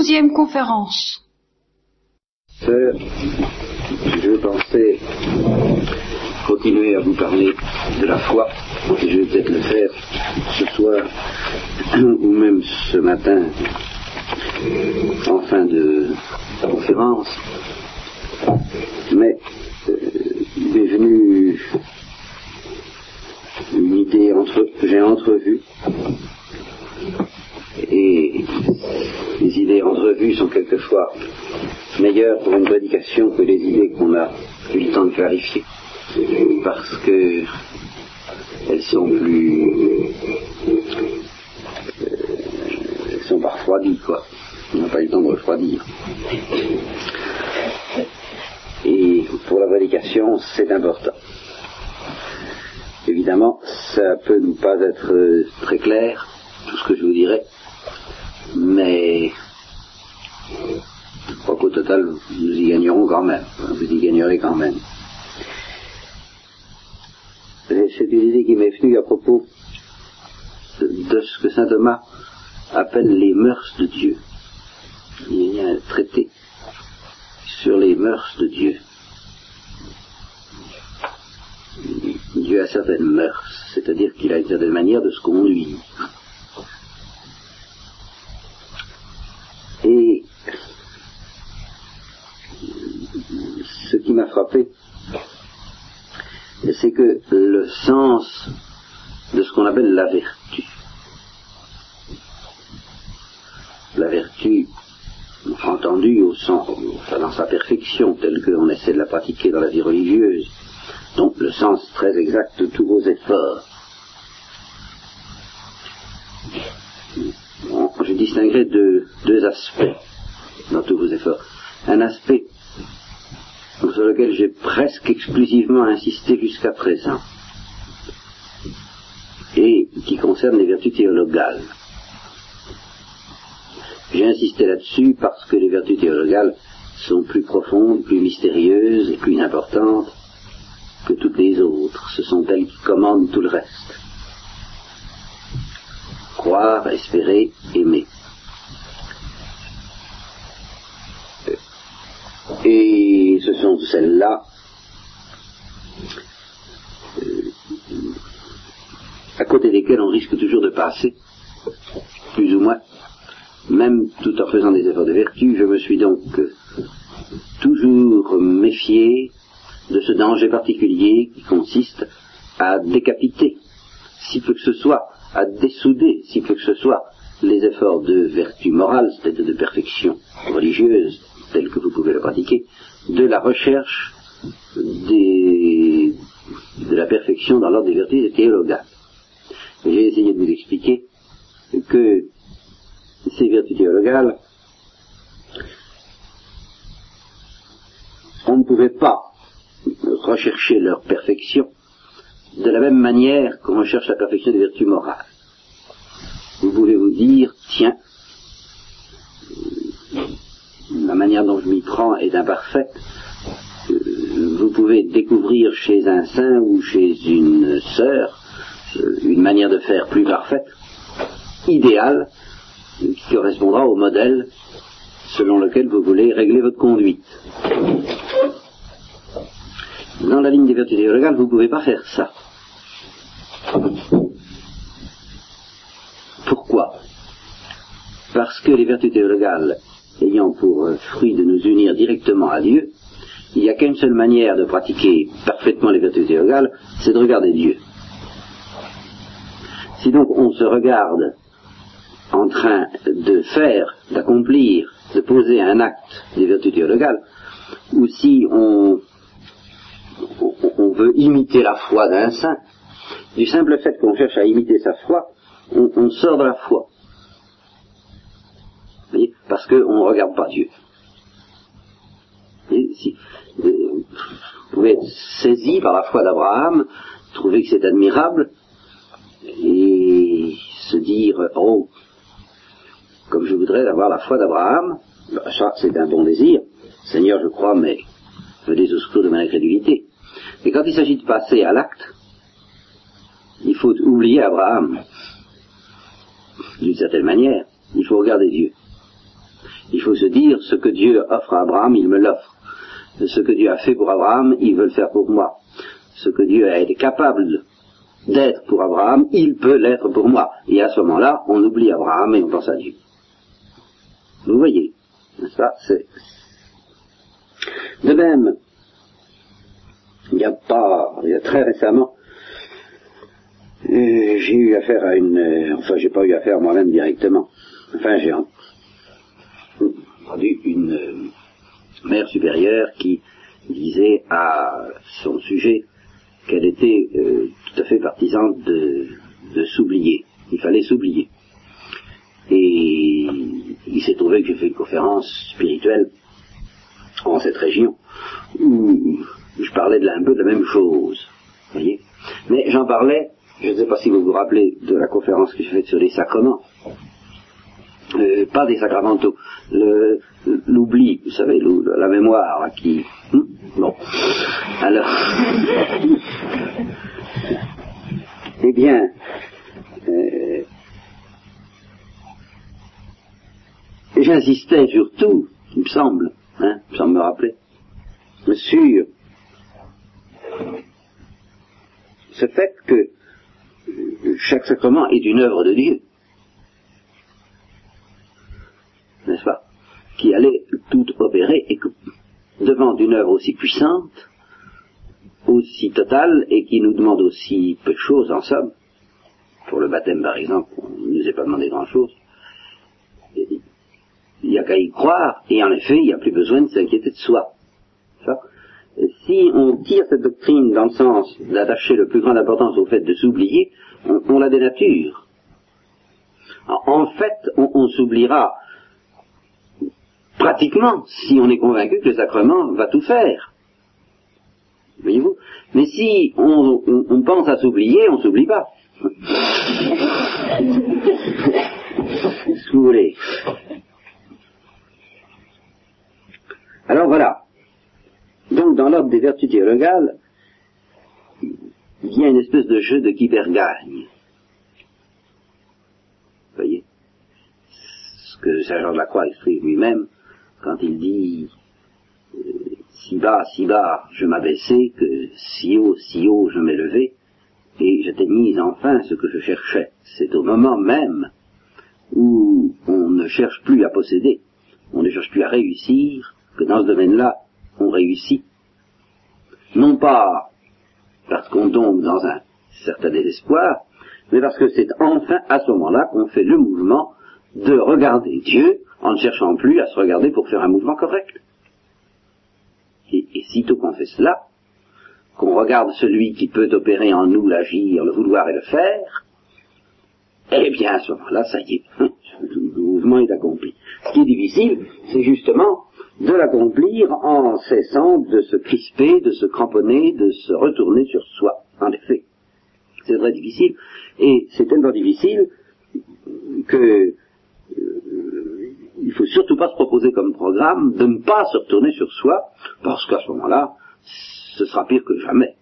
12e conférence. Sœur, je pensais continuer à vous parler de la foi, et je vais peut-être le faire ce soir, ou même ce matin, en fin de conférence, mais il m'est venu une idée que j'ai entrevue, et les idées entrevues sont quelquefois meilleures pour une prédication que les idées qu'on a eu le temps de clarifier, parce que elles sont elles sont pas refroidies, quoi. On n'a pas eu le temps de refroidir. Et pour la prédication, c'est important. Évidemment, ça peut ne pas être très clair, tout ce que je vous dirai, mais je crois qu'au total, nous y gagnerons quand même. Vous y gagnerez quand même. C'est une idée qui m'est venue à propos de ce que saint Thomas appelle les mœurs de Dieu. Il y a un traité sur les mœurs de Dieu. Dieu a certaines mœurs, c'est-à-dire qu'il a une certaine manière de se conduire. Et ce qui m'a frappé, c'est que le sens de ce qu'on appelle la vertu entendue au sens, dans sa perfection, telle qu'on essaie de la pratiquer dans la vie religieuse, donc le sens très exact de tous vos efforts. Je distinguerai deux aspects dans tous vos efforts. Un aspect sur lequel j'ai presque exclusivement insisté jusqu'à présent, et qui concerne les vertus théologales. J'ai insisté là-dessus parce que les vertus théologales sont plus profondes, plus mystérieuses et plus importantes que toutes les autres. Ce sont elles qui commandent tout le reste. Croire, espérer, aimer. Et ce sont celles-là à côté desquelles on risque toujours de passer, plus ou moins, même tout en faisant des efforts de vertu. Je me suis donc toujours méfié de ce danger particulier qui consiste à décapiter, si peu que ce soit, à dessouder, si peu que ce soit, les efforts de vertu morale, c'est-à-dire de perfection religieuse, telle que vous pouvez le pratiquer, de la recherche de la perfection dans l'ordre des vertus théologales. J'ai essayé de vous expliquer que ces vertus théologales, on ne pouvait pas rechercher leur perfection de la même manière qu'on recherche la perfection des vertus morales. Vous pouvez vous dire, tiens, la manière dont je m'y prends est imparfaite. Vous pouvez découvrir chez un saint ou chez une sœur une manière de faire plus parfaite, idéale, qui correspondra au modèle selon lequel vous voulez régler votre conduite. Dans la ligne des vertus théologales, vous ne pouvez pas faire ça. Pourquoi ? Parce que les vertus théologales ayant pour fruit de nous unir directement à Dieu, il n'y a qu'une seule manière de pratiquer parfaitement les vertus théologales, c'est de regarder Dieu. Si donc on se regarde en train de faire, d'accomplir, de poser un acte des vertus théologales, ou si on veut imiter la foi d'un saint, du simple fait qu'on cherche à imiter sa foi, on sort de la foi. Vous voyez, parce qu'on ne regarde pas Dieu. Vous pouvez être saisi par la foi d'Abraham, trouver que c'est admirable, et se dire, oh, comme je voudrais avoir la foi d'Abraham, ça c'est un bon désir, Seigneur je crois, mais venez au secours de ma incrédulité. Mais quand il s'agit de passer à l'acte, il faut oublier Abraham. D'une certaine manière, il faut regarder Dieu. Il faut se dire, ce que Dieu offre à Abraham, il me l'offre. Ce que Dieu a fait pour Abraham, il veut le faire pour moi. Ce que Dieu a été capable d'être pour Abraham, il peut l'être pour moi. Et à ce moment-là, on oublie Abraham et on pense à Dieu. Vous voyez, ça c'est... De même, il y a très récemment, j'ai eu affaire à j'ai pas eu affaire moi-même directement. Enfin, j'ai entendu une mère supérieure qui disait à son sujet qu'elle était tout à fait partisane de s'oublier. Il fallait s'oublier. Et il s'est trouvé que j'ai fait une conférence spirituelle en cette région où je parlais un peu de la même chose. Vous voyez ? Mais j'en parlais, je ne sais pas si vous vous rappelez de la conférence que j'ai faite sur les sacrements. Pas des sacramentaux, l'oubli, vous savez, la mémoire qui... Bon, alors... eh bien, j'insistais surtout, il me semble me rappeler, sur ce fait que chaque sacrement est une œuvre de Dieu. N'est-ce pas, qui allait tout opérer, et que devant une œuvre aussi puissante, aussi totale, et qui nous demande aussi peu de choses en somme, pour le baptême par exemple, on ne nous a pas demandé grand-chose, il n'y a qu'à y croire, et en effet, il n'y a plus besoin de s'inquiéter de soi. Et si on tire cette doctrine dans le sens d'attacher le plus grande importance au fait de s'oublier, on la dénature. En fait, on s'oubliera pratiquement, si on est convaincu que le sacrement va tout faire. Voyez-vous ? Mais si on pense à s'oublier, on ne s'oublie pas. Si vous voulez. Alors voilà. Donc dans l'ordre des vertus théologales, il y a une espèce de jeu de qui perd gagne. Vous voyez ? Ce que Saint Jean de la Croix exprime lui-même quand il dit si bas, je m'abaissais, que si haut, je m'élevais, et j'atteignis enfin ce que je cherchais. C'est au moment même où on ne cherche plus à posséder, on ne cherche plus à réussir, que dans ce domaine-là, on réussit. Non pas parce qu'on tombe dans un certain désespoir, mais parce que c'est enfin à ce moment-là qu'on fait le mouvement de regarder Dieu en ne cherchant plus à se regarder pour faire un mouvement correct. Et sitôt qu'on fait cela, qu'on regarde celui qui peut opérer en nous l'agir, le vouloir et le faire, eh bien à ce moment-là, ça y est, le mouvement est accompli. Ce qui est difficile, c'est justement de l'accomplir en cessant de se crisper, de se cramponner, de se retourner sur soi. En effet, c'est très difficile, et c'est tellement difficile que il faut surtout pas se proposer comme programme de ne pas se retourner sur soi, parce qu'à ce moment-là, ce sera pire que jamais.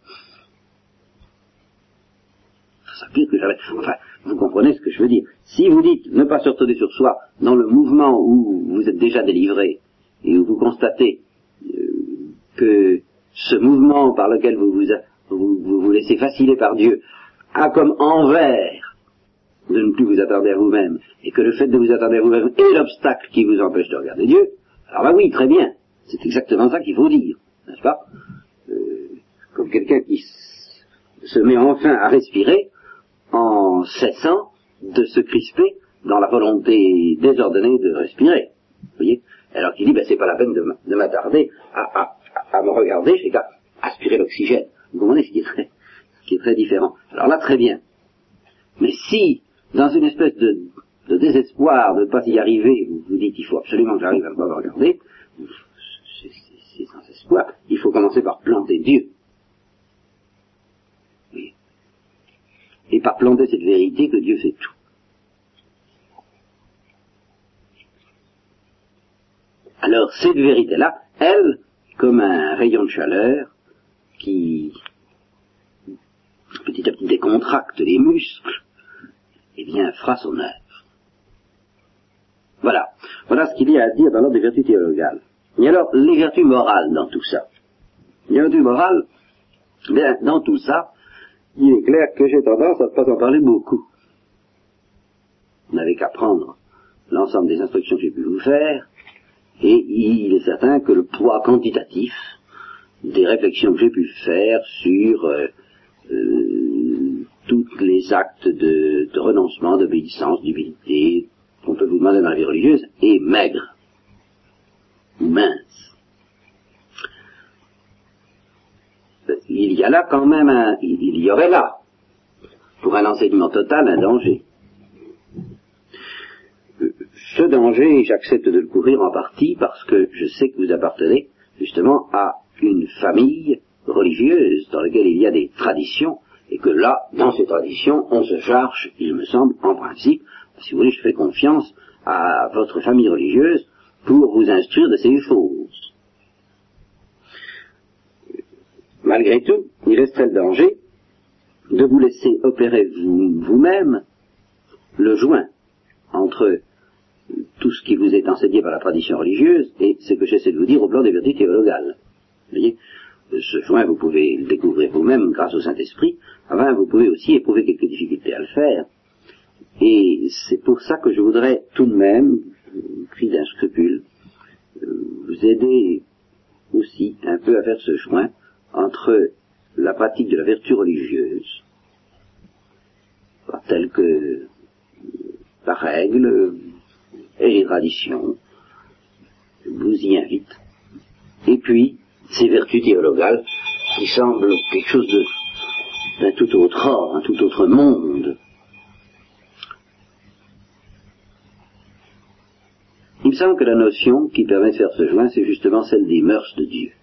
Ce sera pire que jamais. Enfin, vous comprenez ce que je veux dire. Si vous dites ne pas se retourner sur soi dans le mouvement où vous êtes déjà délivré, et où vous constatez que ce mouvement par lequel vous vous laissez fasciner par Dieu a comme envers de ne plus vous attarder à vous-même, et que le fait de vous attarder à vous-même est l'obstacle qui vous empêche de regarder Dieu, alors là oui, très bien, c'est exactement ça qu'il faut dire, n'est-ce pas ? Comme quelqu'un qui se met enfin à respirer en cessant de se crisper dans la volonté désordonnée de respirer, vous voyez ? Alors qu'il dit, c'est pas la peine de m'attarder à me regarder, j'ai qu'à aspirer l'oxygène. Vous comprenez ce qui est très différent. Alors là, très bien. Mais si, dans une espèce de désespoir de ne pas y arriver, vous vous dites, il faut absolument que j'arrive à ne pas me regarder, c'est sans espoir, il faut commencer par planter Dieu. Oui. Et par planter cette vérité que Dieu fait tout. Alors, cette vérité-là, elle, comme un rayon de chaleur qui, petit à petit, décontracte les muscles, eh bien, fera son œuvre. Voilà. Voilà ce qu'il y a à dire dans l'ordre des vertus théologales. Et alors, les vertus morales dans tout ça. Les vertus morales, bien, dans tout ça, il est clair que j'ai tendance à ne pas en parler beaucoup. Vous n'avez qu'à prendre l'ensemble des instructions que j'ai pu vous faire, et il est certain que le poids quantitatif des réflexions que j'ai pu faire sur tous les actes de renoncement, d'obéissance, d'humilité qu'on peut vous demander dans la vie religieuse est maigre, mince. Il y a là quand même il y aurait là, pour un enseignement total, un danger. Ce danger, j'accepte de le couvrir en partie parce que je sais que vous appartenez justement à une famille religieuse dans laquelle il y a des traditions, et que là, dans ces traditions, on se charge, il me semble, en principe, si vous voulez, je fais confiance à votre famille religieuse pour vous instruire de ces choses. Malgré tout, il resterait le danger de vous laisser opérer vous-même le joint entre tout ce qui vous est enseigné par la tradition religieuse et ce que j'essaie de vous dire au plan des vertus théologales. Vous voyez, ce joint, vous pouvez le découvrir vous-même grâce au Saint-Esprit. Enfin, vous pouvez aussi éprouver quelques difficultés à le faire. Et c'est pour ça que je voudrais tout de même, cri d'un scrupule, vous aider aussi un peu à faire ce joint entre la pratique de la vertu religieuse, telle que par règle et les traditions vous y invitent, et puis ces vertus théologales qui semblent quelque chose d'un tout autre ordre, un tout autre monde. Il me semble que la notion qui permet de faire ce joint, c'est justement celle des mœurs de Dieu.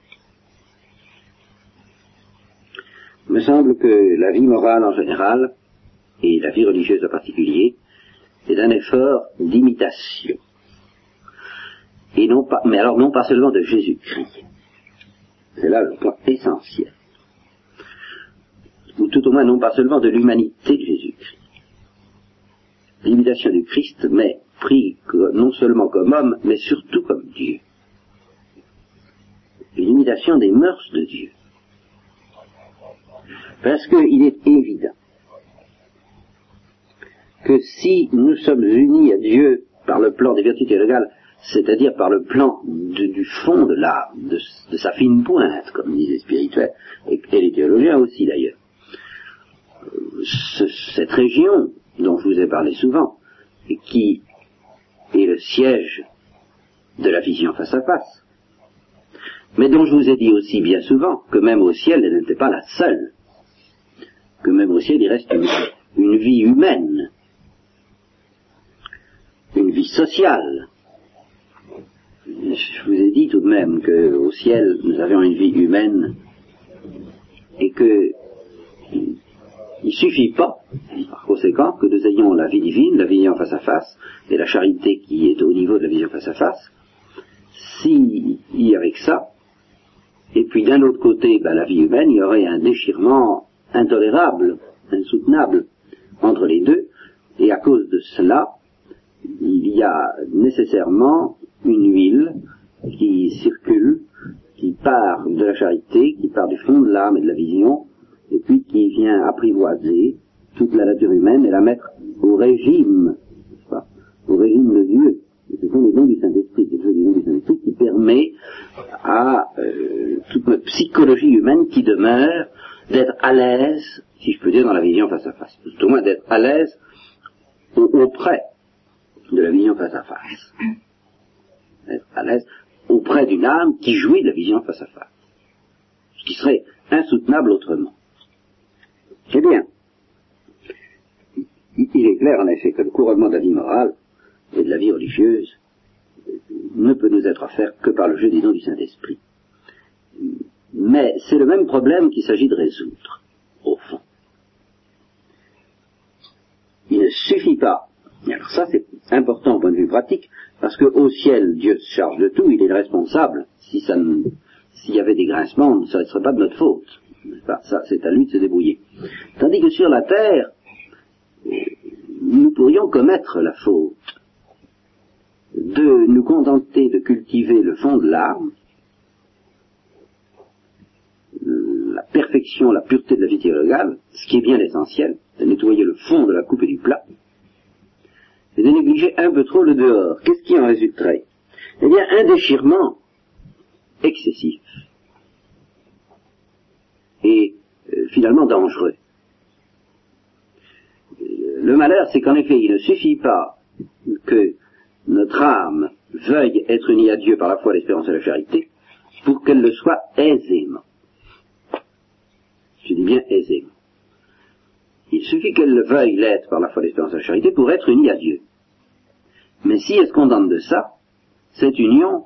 Il me semble que la vie morale en général, et la vie religieuse en particulier, est un effort d'imitation. Et non pas, mais alors non pas seulement de Jésus-Christ. C'est là le point essentiel. Ou tout au moins non pas seulement de l'humanité de Jésus-Christ. L'imitation du Christ, mais pris non seulement comme homme, mais surtout comme Dieu. L'imitation des mœurs de Dieu. Parce qu'il est évident que si nous sommes unis à Dieu par le plan des vertus théologales, c'est-à-dire par le plan du fond de l'âme, de sa fine pointe, comme disent les spirituels, et les théologiens aussi d'ailleurs, cette région dont je vous ai parlé souvent, et qui est le siège de la vision face à face, mais dont je vous ai dit aussi bien souvent que même au ciel, elle n'était pas la seule, que même au ciel il reste une vie humaine, une vie sociale. Je vous ai dit tout de même qu'au ciel nous avions une vie humaine et que il suffit pas, par conséquent, que nous ayons la vie divine, la vision face à face, et la charité qui est au niveau de la vision face à face, si y avec ça, et puis d'un autre côté, la vie humaine, il y aurait un déchirement intolérable, insoutenable entre les deux, et à cause de cela, il y a nécessairement une huile qui circule, qui part de la charité, qui part du fond de l'âme et de la vision, et puis qui vient apprivoiser toute la nature humaine et la mettre au régime, n'est-ce pas, au régime de Dieu. Et ce sont les dons du Saint-Esprit, c'est le jeu des dons du Saint-Esprit qui permet à toute notre psychologie humaine qui demeure d'être à l'aise, si je peux dire, dans la vision face à face. Tout au moins d'être à l'aise auprès de la vision face à face. Être à l'aise auprès d'une âme qui jouit de la vision face à face. Ce qui serait insoutenable autrement. Eh bien, il est clair en effet que le couronnement de la vie morale et de la vie religieuse ne peut nous être offert que par le jeu des dons du Saint-Esprit. Mais c'est le même problème qu'il s'agit de résoudre, au fond. Il ne suffit pas, et alors ça c'est important au point de vue pratique, parce qu'au ciel, Dieu se charge de tout, il est le responsable. S'il y avait des grincements, ça ne serait pas de notre faute. Ça, c'est à lui de se débrouiller. Tandis que sur la terre, nous pourrions commettre la faute. de nous contenter de cultiver le fond de l'âme, la perfection, la pureté de la vie théologale, ce qui est bien l'essentiel, de nettoyer le fond de la coupe et du plat, et de négliger un peu trop le dehors. Qu'est-ce qui en résulterait? Eh bien, un déchirement excessif et finalement dangereux. Le malheur, c'est qu'en effet, il ne suffit pas que notre âme veuille être unie à Dieu par la foi, l'espérance et la charité pour qu'elle le soit aisément. Je dis bien aisément. Il suffit qu'elle le veuille l'être par la foi, l'espérance et la charité pour être unie à Dieu. Mais si elle se contente de ça, cette union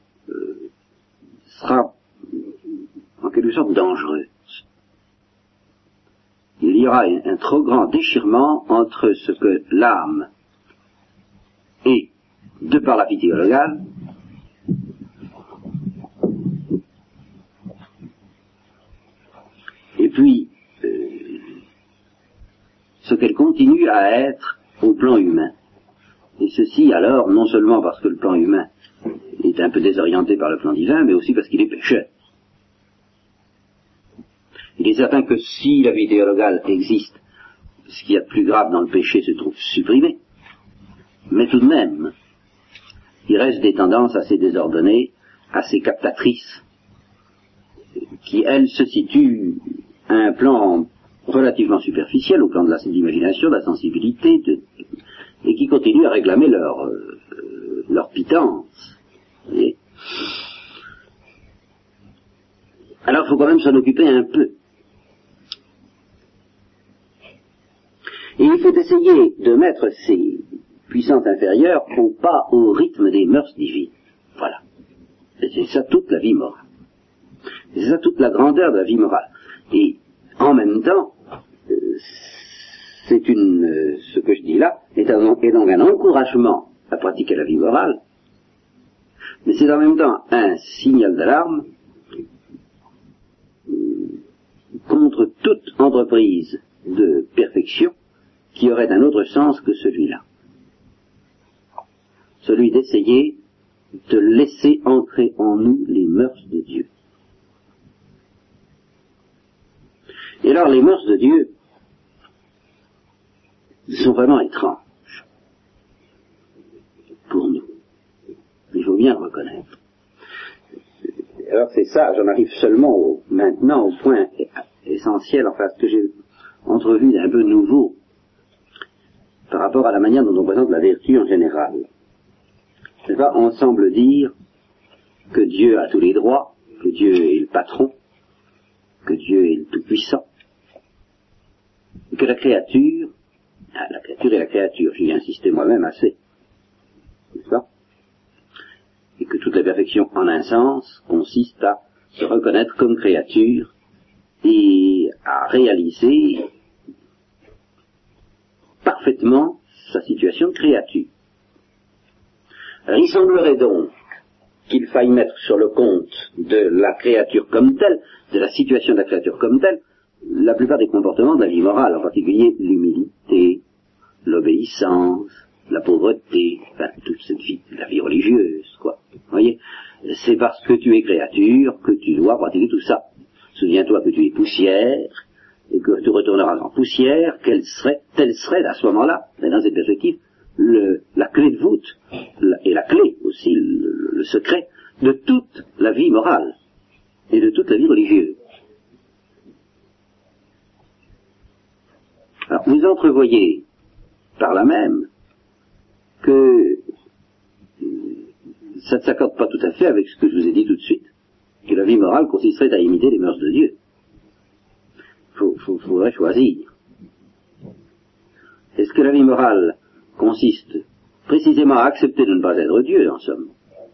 sera en quelque sorte dangereuse. Il y aura un trop grand déchirement entre ce que l'âme est, de par la vie théologale, et puis ce qu'elle continue à être au plan humain. Et ceci alors, non seulement parce que le plan humain est un peu désorienté par le plan divin, mais aussi parce qu'il est pécheur. Il est certain que si la vie théologale existe, ce qu'il y a de plus grave dans le péché se trouve supprimé. Mais tout de même, il reste des tendances assez désordonnées, assez captatrices, qui, elles, se situent à un plan relativement superficiel, au plan de l'imagination, de la sensibilité, et qui continuent à réclamer leur pitance. Et alors, il faut quand même s'en occuper un peu. Et il faut essayer de mettre ces puissances inférieures au pas au rythme des mœurs divines. Voilà. Et c'est ça toute la vie morale. Et c'est ça toute la grandeur de la vie morale. Et en même temps, ce que je dis là est donc un encouragement à pratiquer la vie morale, mais c'est en même temps un signal d'alarme contre toute entreprise de perfection qui aurait un autre sens que celui-là. Celui d'essayer de laisser entrer en nous les mœurs de Dieu. Et alors les mœurs de Dieu sont vraiment étranges pour nous. Il faut bien le reconnaître. Alors c'est ça, j'en arrive seulement maintenant au point essentiel, enfin ce que j'ai entrevu d'un peu nouveau par rapport à la manière dont on présente la vertu en général. C'est pas, on semble dire que Dieu a tous les droits, que Dieu est le patron, que Dieu est le tout-puissant, que la créature est la créature, j'y ai insisté moi-même assez, n'est-ce pas? Et que toute la perfection, en un sens, consiste à se reconnaître comme créature et à réaliser parfaitement sa situation de créature. Alors, il semblerait donc qu'il faille mettre sur le compte de la créature comme telle, de la situation de la créature comme telle, la plupart des comportements de la vie morale, en particulier l'humilité, l'obéissance, la pauvreté, enfin, toute cette vie, la vie religieuse, quoi. Vous voyez, c'est parce que tu es créature que tu dois pratiquer tout ça. Souviens-toi que tu es poussière, et que tu retourneras en poussière, telle serait à ce moment-là, dans cette perspective, la clé de voûte, et la clé aussi, le secret de toute la vie morale, et de toute la vie religieuse. Alors, vous entrevoyez par là même que ça ne s'accorde pas tout à fait avec ce que je vous ai dit tout de suite, que la vie morale consisterait à imiter les mœurs de Dieu. Faudrait choisir. Est-ce que la vie morale consiste précisément à accepter de ne pas être Dieu, en somme?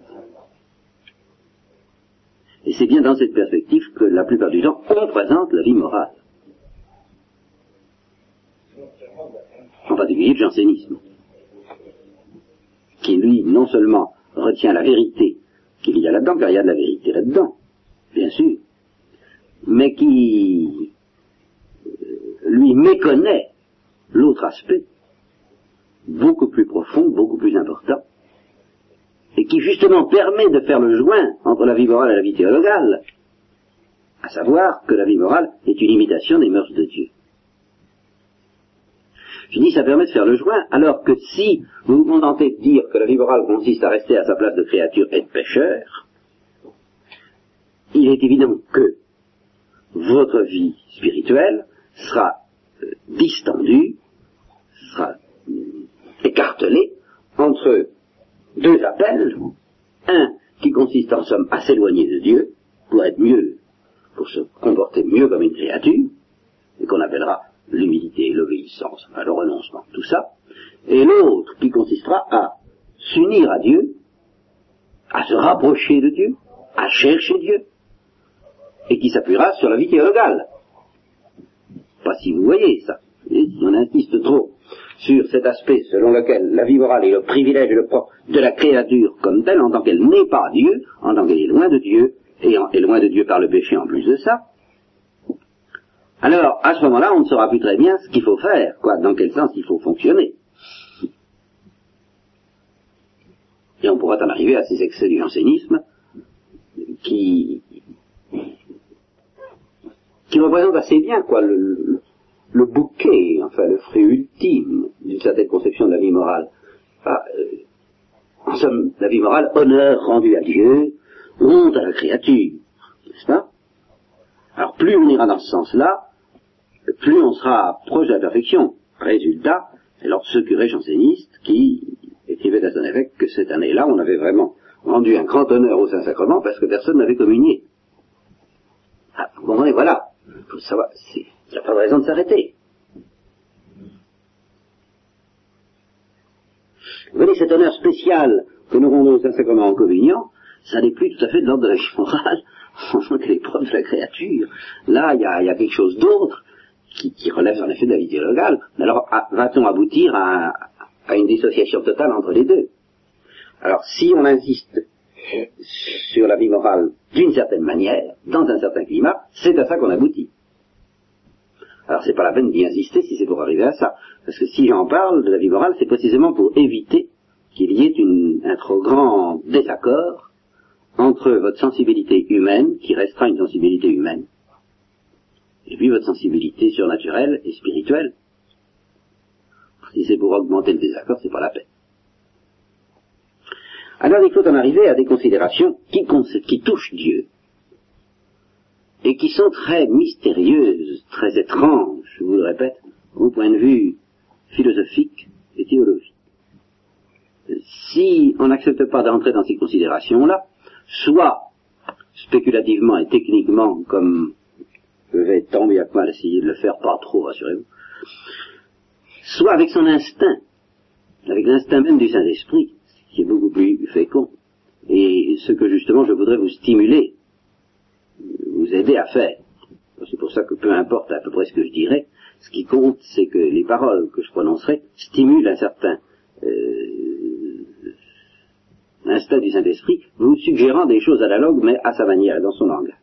Et c'est bien dans cette perspective que la plupart du temps on présente la vie morale. En particulier le jansénisme, qui lui non seulement retient la vérité qu'il y a là-dedans, car il y a de la vérité là-dedans, bien sûr, mais qui lui méconnaît l'autre aspect, beaucoup plus profond, beaucoup plus important, et qui justement permet de faire le joint entre la vie morale et la vie théologale, à savoir que la vie morale est une imitation des mœurs de Dieu. Je dis, ça permet de faire le joint, alors que si vous vous contentez de dire que la vie morale consiste à rester à sa place de créature et de pécheur, il est évident que votre vie spirituelle sera distendue, sera écartelée entre deux appels, un qui consiste en somme à s'éloigner de Dieu, pour être mieux, pour se comporter mieux comme une créature, et qu'on appellera l'humilité, l'obéissance, enfin, le renoncement, tout ça, et l'autre qui consistera à s'unir à Dieu, à se rapprocher de Dieu, à chercher Dieu, et qui s'appuiera sur la vie théologale. Pas si vous voyez ça. Si on insiste trop sur cet aspect selon lequel la vie morale est le privilège et le propre de la créature comme telle, en tant qu'elle n'est pas Dieu, en tant qu'elle est loin de Dieu, et loin de Dieu par le péché en plus de ça, alors à ce moment-là, on ne saura plus très bien ce qu'il faut faire, dans quel sens il faut fonctionner. Et on pourra en arriver à ces excès du jansénisme qui représente assez bien le bouquet, enfin le fruit ultime d'une certaine conception de la vie morale. En somme, la vie morale, honneur rendu à Dieu, honte à la créature, n'est-ce pas? Alors plus on ira dans ce sens-là, plus on sera proche de la perfection. Résultat, alors ce curé janséniste qui écrivait à son évêque que cette année-là, on avait vraiment rendu un grand honneur au Saint-Sacrement parce que personne n'avait communié. Vous comprenez, voilà. Il faut savoir, il n'y a pas de raison de s'arrêter. Vous voyez, cet honneur spécial que nous rendons au Saint-Sacrement en communion, ça n'est plus tout à fait de l'ordre de la vie morale, en tant que l'épreuve de la créature. Là, il y a quelque chose d'autre qui relève en effet de la vie théologale. Alors, va-t-on aboutir à une dissociation totale entre les deux? Alors, si on insiste sur la vie morale d'une certaine manière, dans un certain climat, c'est à ça qu'on aboutit. Alors c'est pas la peine d'y insister si c'est pour arriver à ça, parce que si j'en parle de la vie morale, c'est précisément pour éviter qu'il y ait un trop grand désaccord entre votre sensibilité humaine, qui restera une sensibilité humaine, et puis votre sensibilité surnaturelle et spirituelle. Si c'est pour augmenter le désaccord, c'est pas la peine. Alors il faut en arriver à des considérations qui touchent Dieu, et qui sont très mystérieuses, très étranges, je vous le répète, au point de vue philosophique et théologique. Si on n'accepte pas d'entrer dans ces considérations-là, soit spéculativement et techniquement, comme je vais tant bien que mal essayer de le faire, pas trop, rassurez-vous, soit avec son instinct, avec l'instinct même du Saint-Esprit, qui est beaucoup plus fécond, et ce que justement je voudrais vous stimuler, vous aider à faire. C'est pour ça que peu importe à peu près ce que je dirai, ce qui compte, c'est que les paroles que je prononcerai stimulent un certain instinct du Saint-Esprit, vous suggérant des choses analogues, mais à sa manière et dans son langage.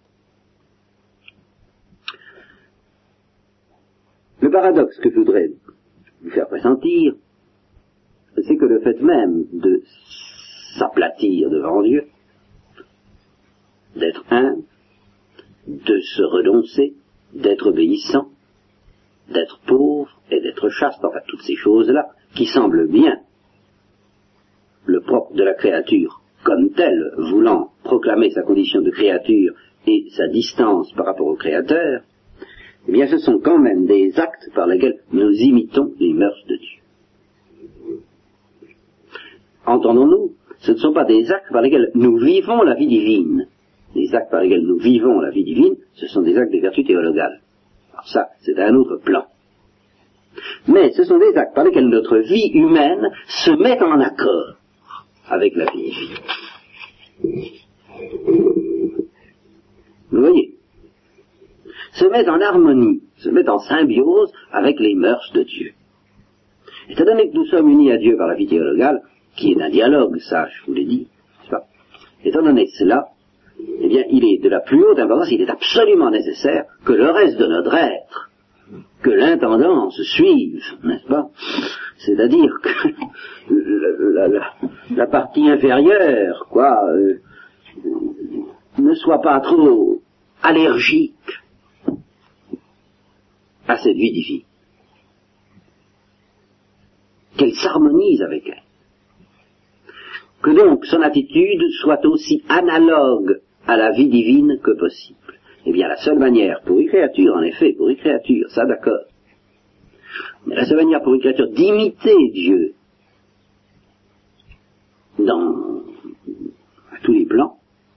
Le paradoxe que je voudrais vous faire pressentir, c'est que le fait même de s'aplatir devant Dieu, d'être humble, de se renoncer, d'être obéissant, d'être pauvre et d'être chaste, enfin toutes ces choses-là, qui semblent bien le propre de la créature comme telle, voulant proclamer sa condition de créature et sa distance par rapport au Créateur, eh bien ce sont quand même des actes par lesquels nous imitons les mœurs de Dieu. Entendons-nous, ce ne sont pas des actes par lesquels nous vivons la vie divine. Les actes par lesquels nous vivons la vie divine, ce sont des actes des vertus théologales. Alors ça, c'est un autre plan. Mais ce sont des actes par lesquels notre vie humaine se met en accord avec la vie divine. Vous voyez, se met en harmonie, se met en symbiose avec les mœurs de Dieu. Étant donné que nous sommes unis à Dieu par la vie théologale, qui est un dialogue, ça, je vous l'ai dit, n'est-ce pas? Étant donné cela, eh bien, il est de la plus haute importance, il est absolument nécessaire que le reste de notre être que l'intendance suive, n'est-ce pas? C'est-à-dire que la partie inférieure, ne soit pas trop allergique à cette vie divine. Qu'elle s'harmonise avec elle. Que donc son attitude soit aussi analogue à la vie divine que possible. Eh bien, la seule manière pour une créature, en effet, pour une créature, ça d'accord, mais la seule manière pour une créature d'imiter Dieu à tous les plans,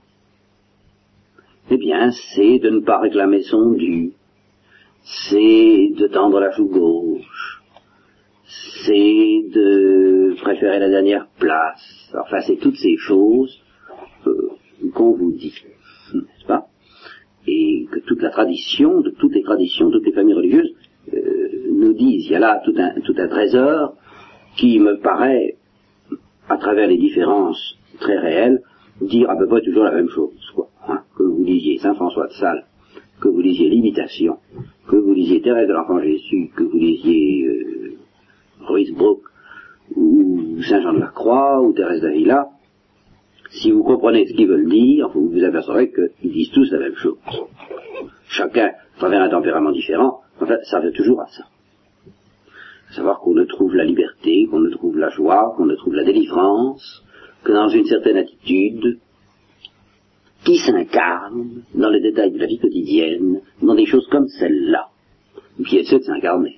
eh bien, c'est de ne pas réclamer son dû, c'est de tendre la joue gauche, c'est de préférer la dernière place. Enfin, c'est toutes ces choses qu'on vous dit, n'est-ce pas? Et que toute la tradition, toutes les familles religieuses nous disent, il y a là tout un trésor qui me paraît, à travers les différences très réelles, dire à peu près toujours la même chose, que vous lisiez Saint François de Sales, que vous lisiez l'Imitation, que vous lisiez Thérèse de l'Enfant Jésus, que vous lisiez Ruysbroeck, ou Saint Jean de la Croix, ou Thérèse d'Avila, si vous comprenez ce qu'ils veulent dire, vous vous apercevrez qu'ils disent tous la même chose. Chacun, à travers un tempérament différent, enfin, ça revient toujours à ça. Savoir qu'on ne trouve la liberté, qu'on ne trouve la joie, qu'on ne trouve la délivrance, que dans une certaine attitude, qui s'incarne dans les détails de la vie quotidienne, dans des choses comme celle-là, qui essaie de s'incarner.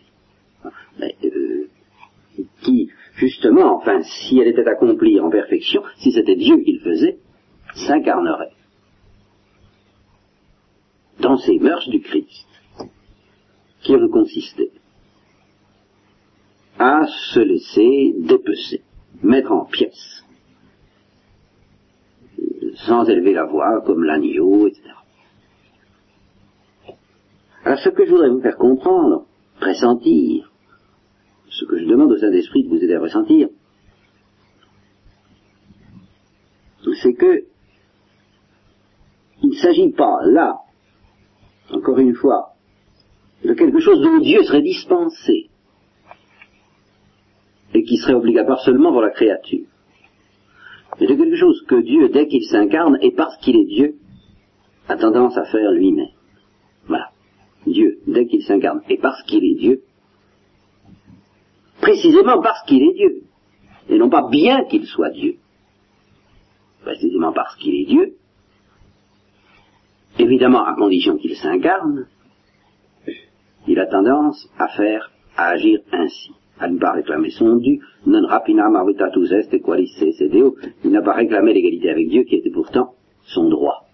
Qui, justement, enfin, si elle était accomplie en perfection, si c'était Dieu qui le faisait, s'incarnerait dans ces mœurs du Christ, qui ont consisté à se laisser dépecer, mettre en pièces, sans élever la voix, comme l'agneau, etc. Alors, ce que je voudrais vous faire comprendre, pressentir, ce que je demande au Saint-Esprit de vous aider à ressentir, c'est que il ne s'agit pas, là, encore une fois, de quelque chose dont Dieu serait dispensé et qui serait obligatoire seulement pour la créature, mais de quelque chose que Dieu, dès qu'il s'incarne, et parce qu'il est Dieu, a tendance à faire lui-même. Voilà. Dieu, dès qu'il s'incarne, et parce qu'il est Dieu, précisément parce qu'il est Dieu, et non pas bien qu'il soit Dieu, précisément parce qu'il est Dieu, évidemment à condition qu'il s'incarne, il a tendance à agir ainsi, à ne pas réclamer son dû, non rapina marvitatus est et qualis se deo, il n'a pas réclamé l'égalité avec Dieu qui était pourtant son droit.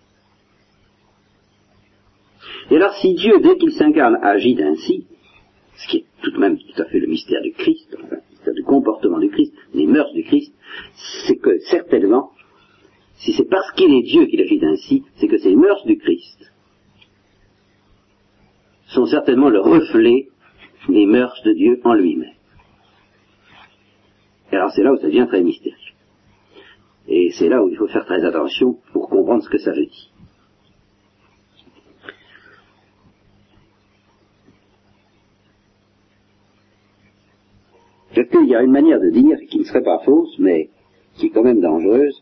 Et alors si Dieu, dès qu'il s'incarne, agit ainsi, ce qui est tout de même tout à fait le mystère du Christ, enfin, le mystère du comportement du Christ, les mœurs du Christ, c'est que certainement, si c'est parce qu'il est Dieu qu'il agit ainsi, c'est que ces mœurs du Christ sont certainement le reflet des mœurs de Dieu en lui-même. Et alors c'est là où ça devient très mystérieux. Et c'est là où il faut faire très attention pour comprendre ce que ça veut dire. Parce qu'il y a une manière de dire qui ne serait pas fausse, mais qui est quand même dangereuse,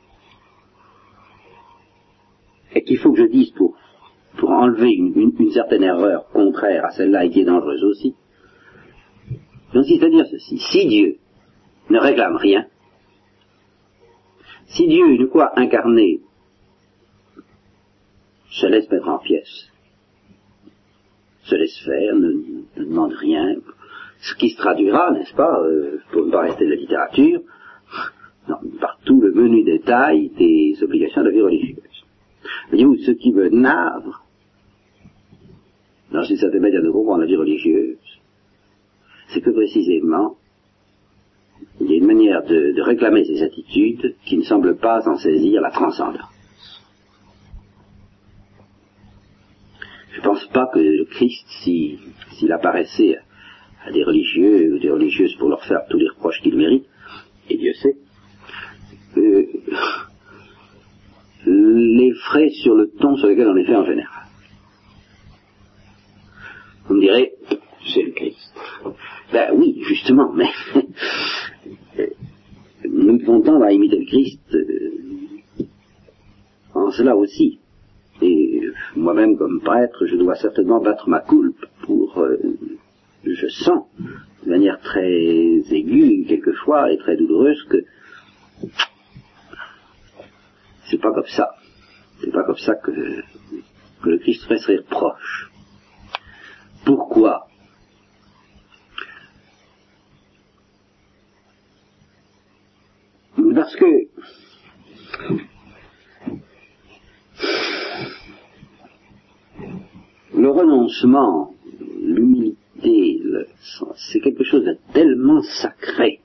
et qu'il faut que je dise pour enlever une certaine erreur contraire à celle-là et qui est dangereuse aussi. Donc c'est-à-dire ceci, si Dieu ne réclame rien, si Dieu, une fois incarné, se laisse mettre en pièces, se laisse faire, ne demande rien, ce qui se traduira, n'est-ce pas, pour ne pas rester de la littérature, par tout le menu détail des obligations de la vie religieuse. Voyez-vous, ce qui me navre, dans une certaine manière de comprendre la vie religieuse, c'est que précisément, il y a une manière de réclamer ces attitudes qui ne semble pas en saisir la transcendance. Je ne pense pas que le Christ, s'il apparaissait à des religieux ou des religieuses pour leur faire tous les reproches qu'ils méritent, et Dieu sait, les ferait sur le ton sur lequel on les fait en général. Vous me autrement, mais nous devons tendre à imiter le Christ en cela aussi. Et moi-même, comme prêtre, je dois certainement battre ma coulpe pour... je sens, de manière très aiguë, quelquefois, et très douloureuse, que c'est pas comme ça. C'est pas comme ça que le Christ fait ses reproches. Pourquoi? Parce que le renoncement, l'humilité, c'est quelque chose de tellement sacré,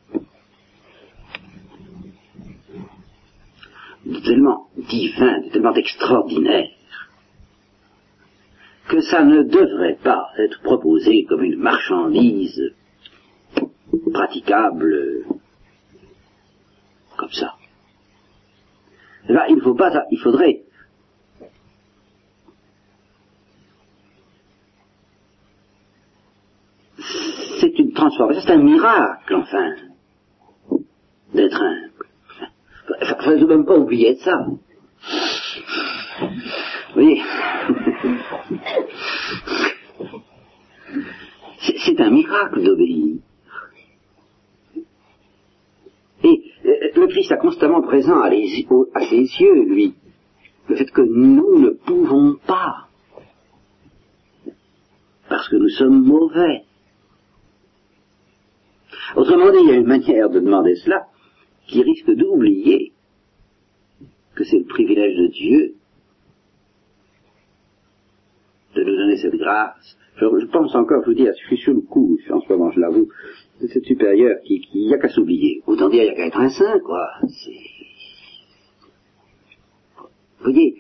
de tellement divin, de tellement extraordinaire, que ça ne devrait pas être proposé comme une marchandise praticable comme ça. Là, il ne faut pas ça, il faudrait c'est une transformation, c'est un miracle, enfin, d'être humble. Il ne faut même pas oublier de ça. Vous voyez, c'est un miracle d'obéir. Et le Christ a constamment présent à ses yeux, lui, le fait que nous ne pouvons pas, parce que nous sommes mauvais. Autrement dit, il y a une manière de demander cela qui risque d'oublier que c'est le privilège de Dieu de nous donner cette grâce. Je pense encore, je vous dis, je suis sur le coup, en ce moment, je l'avoue, de cette supérieure qui n'y a qu'à s'oublier. Autant dire, il n'y a qu'à être un saint, quoi. Vous voyez,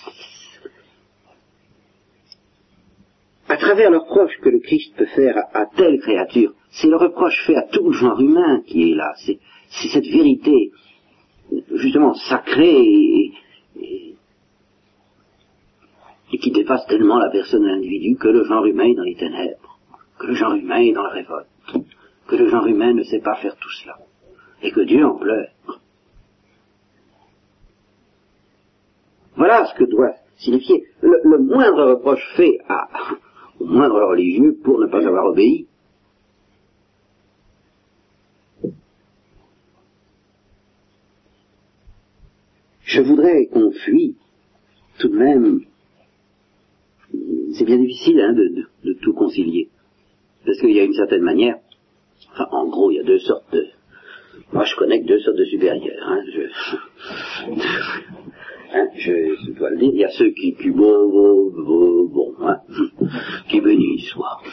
à travers le reproche que le Christ peut faire à telle créature, c'est le reproche fait à tout le genre humain qui est là. C'est cette vérité, justement, sacrée et qui dépasse tellement la personne de l'individu que le genre humain est dans les ténèbres, que le genre humain est dans la révolte, que le genre humain ne sait pas faire tout cela, et que Dieu en pleure. Voilà ce que doit signifier le moindre reproche fait au moindre religieux pour ne pas avoir obéi. Je voudrais qu'on fuit tout de même. C'est bien difficile de tout concilier. Parce qu'il y a une certaine manière, enfin en gros il y a deux sortes de... Moi je connais que deux sortes de supérieurs. Je dois le dire, il y a ceux qui qui bénissent soient.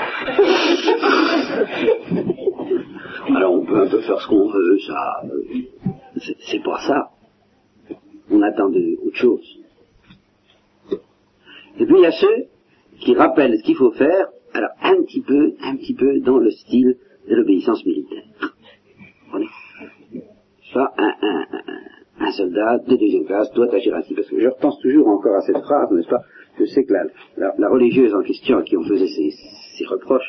Alors on peut un peu faire ce qu'on veut, ça... c'est pas ça. On attend autre chose. Et puis il y a ceux qui rappellent ce qu'il faut faire, alors un petit peu dans le style de l'obéissance militaire. Ça, un soldat de deuxième classe doit agir ainsi, parce que je repense toujours encore à cette phrase, n'est-ce pas? Je sais que la religieuse en question à qui on faisait ces reproches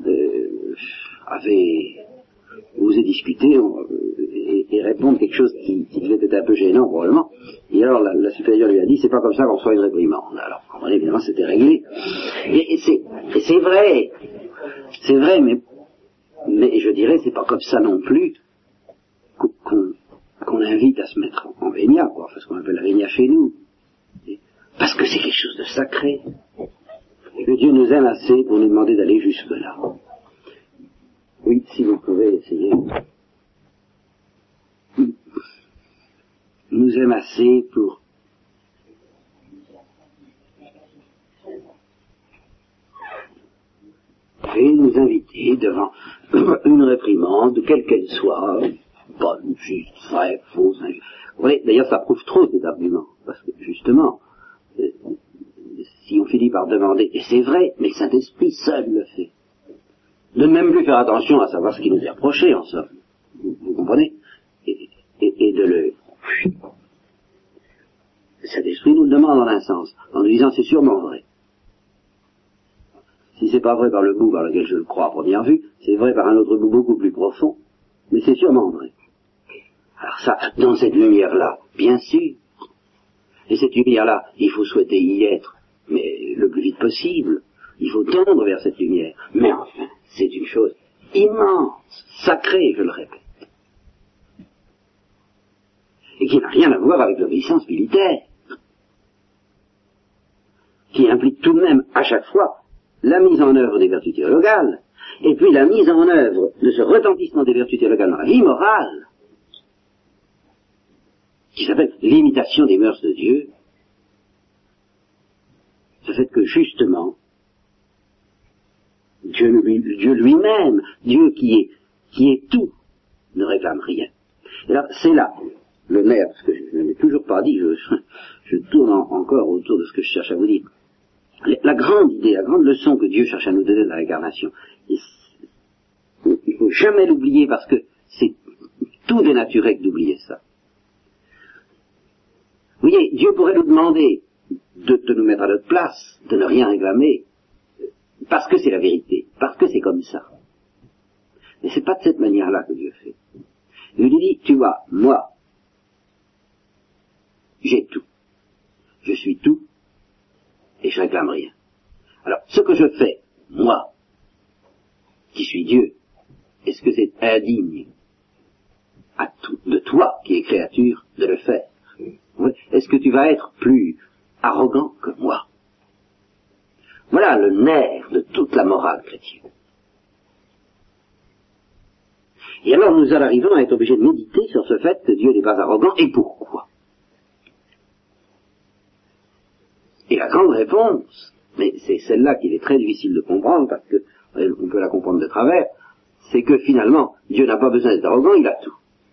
avait osé discuter et répondre quelque chose qui devait être un peu gênant probablement. Et alors la supérieure lui a dit, c'est pas comme ça qu'on reçoit une réprimande. Alors, évidemment, c'était réglé. Et c'est vrai, mais je dirais, c'est pas comme ça non plus qu'on invite à se mettre en vénia, quoi, enfin, ce qu'on appelle la vénia chez nous. Parce que c'est quelque chose de sacré. Et que Dieu nous aime assez pour nous demander d'aller jusque-là. Oui, si vous pouvez essayer. Nous aime assez pour et nous inviter devant une réprimande, quelle qu'elle soit, bonne, juste, vraie, fausse, injuste. Vous voyez, d'ailleurs, ça prouve trop cet argument, parce que justement, si on finit par demander, et c'est vrai, mais le Saint-Esprit seul le fait, de ne même plus faire attention à savoir ce qui nous est reproché, en somme, vous comprenez, et de le... Le Saint-Esprit nous le demande en un sens, en nous disant c'est sûrement vrai. C'est Si c'est pas vrai par le bout par lequel je le crois à première vue, c'est vrai par un autre bout beaucoup plus profond, mais c'est sûrement vrai. Alors ça, dans cette lumière-là, bien sûr. Et cette lumière-là, il faut souhaiter y être, mais le plus vite possible. Il faut tendre vers cette lumière. Mais enfin, c'est une chose immense, sacrée, je le répète. Et qui n'a rien à voir avec l'obéissance militaire. Qui implique tout de même, à chaque fois, la mise en œuvre des vertus théologales, et puis la mise en œuvre de ce retentissement des vertus théologales dans la vie morale, qui s'appelle l'imitation des mœurs de Dieu. Ça fait que justement, Dieu lui-même, Dieu qui est tout, ne réclame rien. Et là, c'est là le nerf, parce que je ne l'ai toujours pas dit, je tourne encore autour de ce que je cherche à vous dire. La grande idée, la grande leçon que Dieu cherche à nous donner dans l'incarnation, il ne faut jamais l'oublier parce que c'est tout dénaturé que d'oublier ça. Vous voyez, Dieu pourrait nous demander de nous mettre à notre place, de ne rien réclamer, parce que c'est la vérité, parce que c'est comme ça. Mais c'est pas de cette manière-là que Dieu fait. Il lui dit, tu vois, moi, j'ai tout. Je suis tout, et je réclame rien. Alors, ce que je fais, moi, qui suis Dieu, est-ce que c'est indigne de toi, qui es créature, de le faire? Est-ce que tu vas être plus arrogant que moi? Voilà le nerf de toute la morale chrétienne. Et alors nous en arrivons à être obligés de méditer sur ce fait que Dieu n'est pas arrogant, et pourquoi? Et la grande réponse, mais c'est celle-là qu'il est très difficile de comprendre, parce que on peut la comprendre de travers, c'est que finalement, Dieu n'a pas besoin d'être arrogant, il a tout.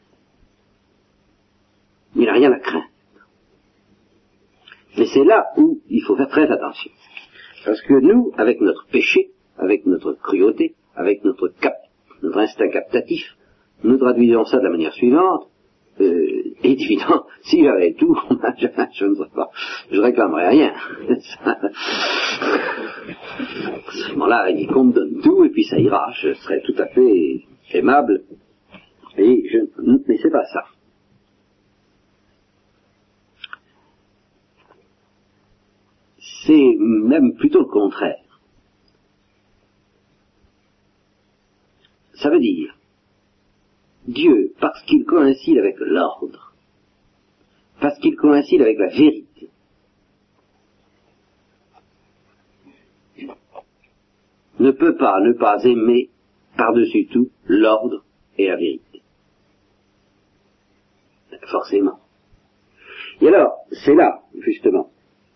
Il n'a rien à craindre. Mais c'est là où il faut faire très attention. Parce que nous, avec notre péché, avec notre cruauté, avec notre instinct captatif, nous traduisons ça de la manière suivante. Et évidemment, si j'avais tout, je ne sais pas, je réclamerais rien. À ce moment-là, il qu'on me donne tout et puis ça ira. Je serais tout à fait aimable. Mais c'est pas ça. C'est même plutôt le contraire. Ça veut dire, Dieu, parce qu'il coïncide avec l'ordre, parce qu'il coïncide avec la vérité, ne peut pas ne pas aimer par-dessus tout l'ordre et la vérité. Forcément. Et alors, c'est là, justement,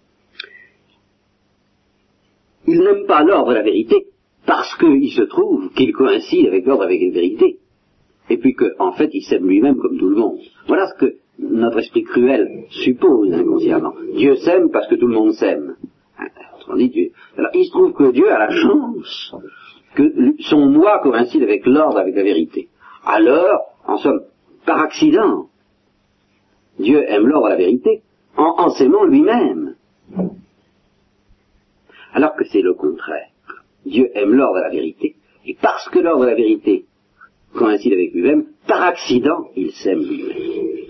il n'aime pas l'ordre et la vérité parce qu'il se trouve qu'il coïncide avec l'ordre et avec la vérité. Et puis qu'en fait, il s'aime lui-même comme tout le monde. Voilà ce que notre esprit cruel suppose inconsciemment. Dieu s'aime parce que tout le monde s'aime. Autrement dit, Dieu. Alors, il se trouve que Dieu a la chance que son moi coïncide avec l'ordre, avec la vérité. Alors, en somme, par accident, Dieu aime l'ordre et la vérité en s'aimant lui-même. Alors que c'est le contraire. Dieu aime l'ordre et la vérité, et parce que l'ordre et la vérité coïncident avec lui-même, par accident, il s'aime lui-même.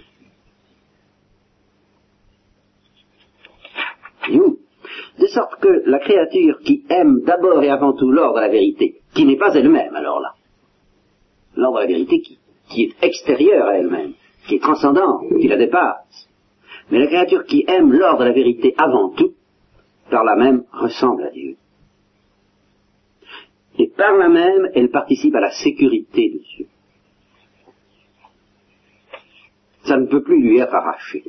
De sorte que la créature qui aime d'abord et avant tout l'ordre et la vérité, qui n'est pas elle-même, alors là, l'ordre et la vérité qui est extérieure à elle-même, qui est transcendante, qui la dépasse, mais la créature qui aime l'ordre et la vérité avant tout, par là même, ressemble à Dieu. Et par là même, elle participe à la sécurité de Dieu. Ça ne peut plus lui être arraché.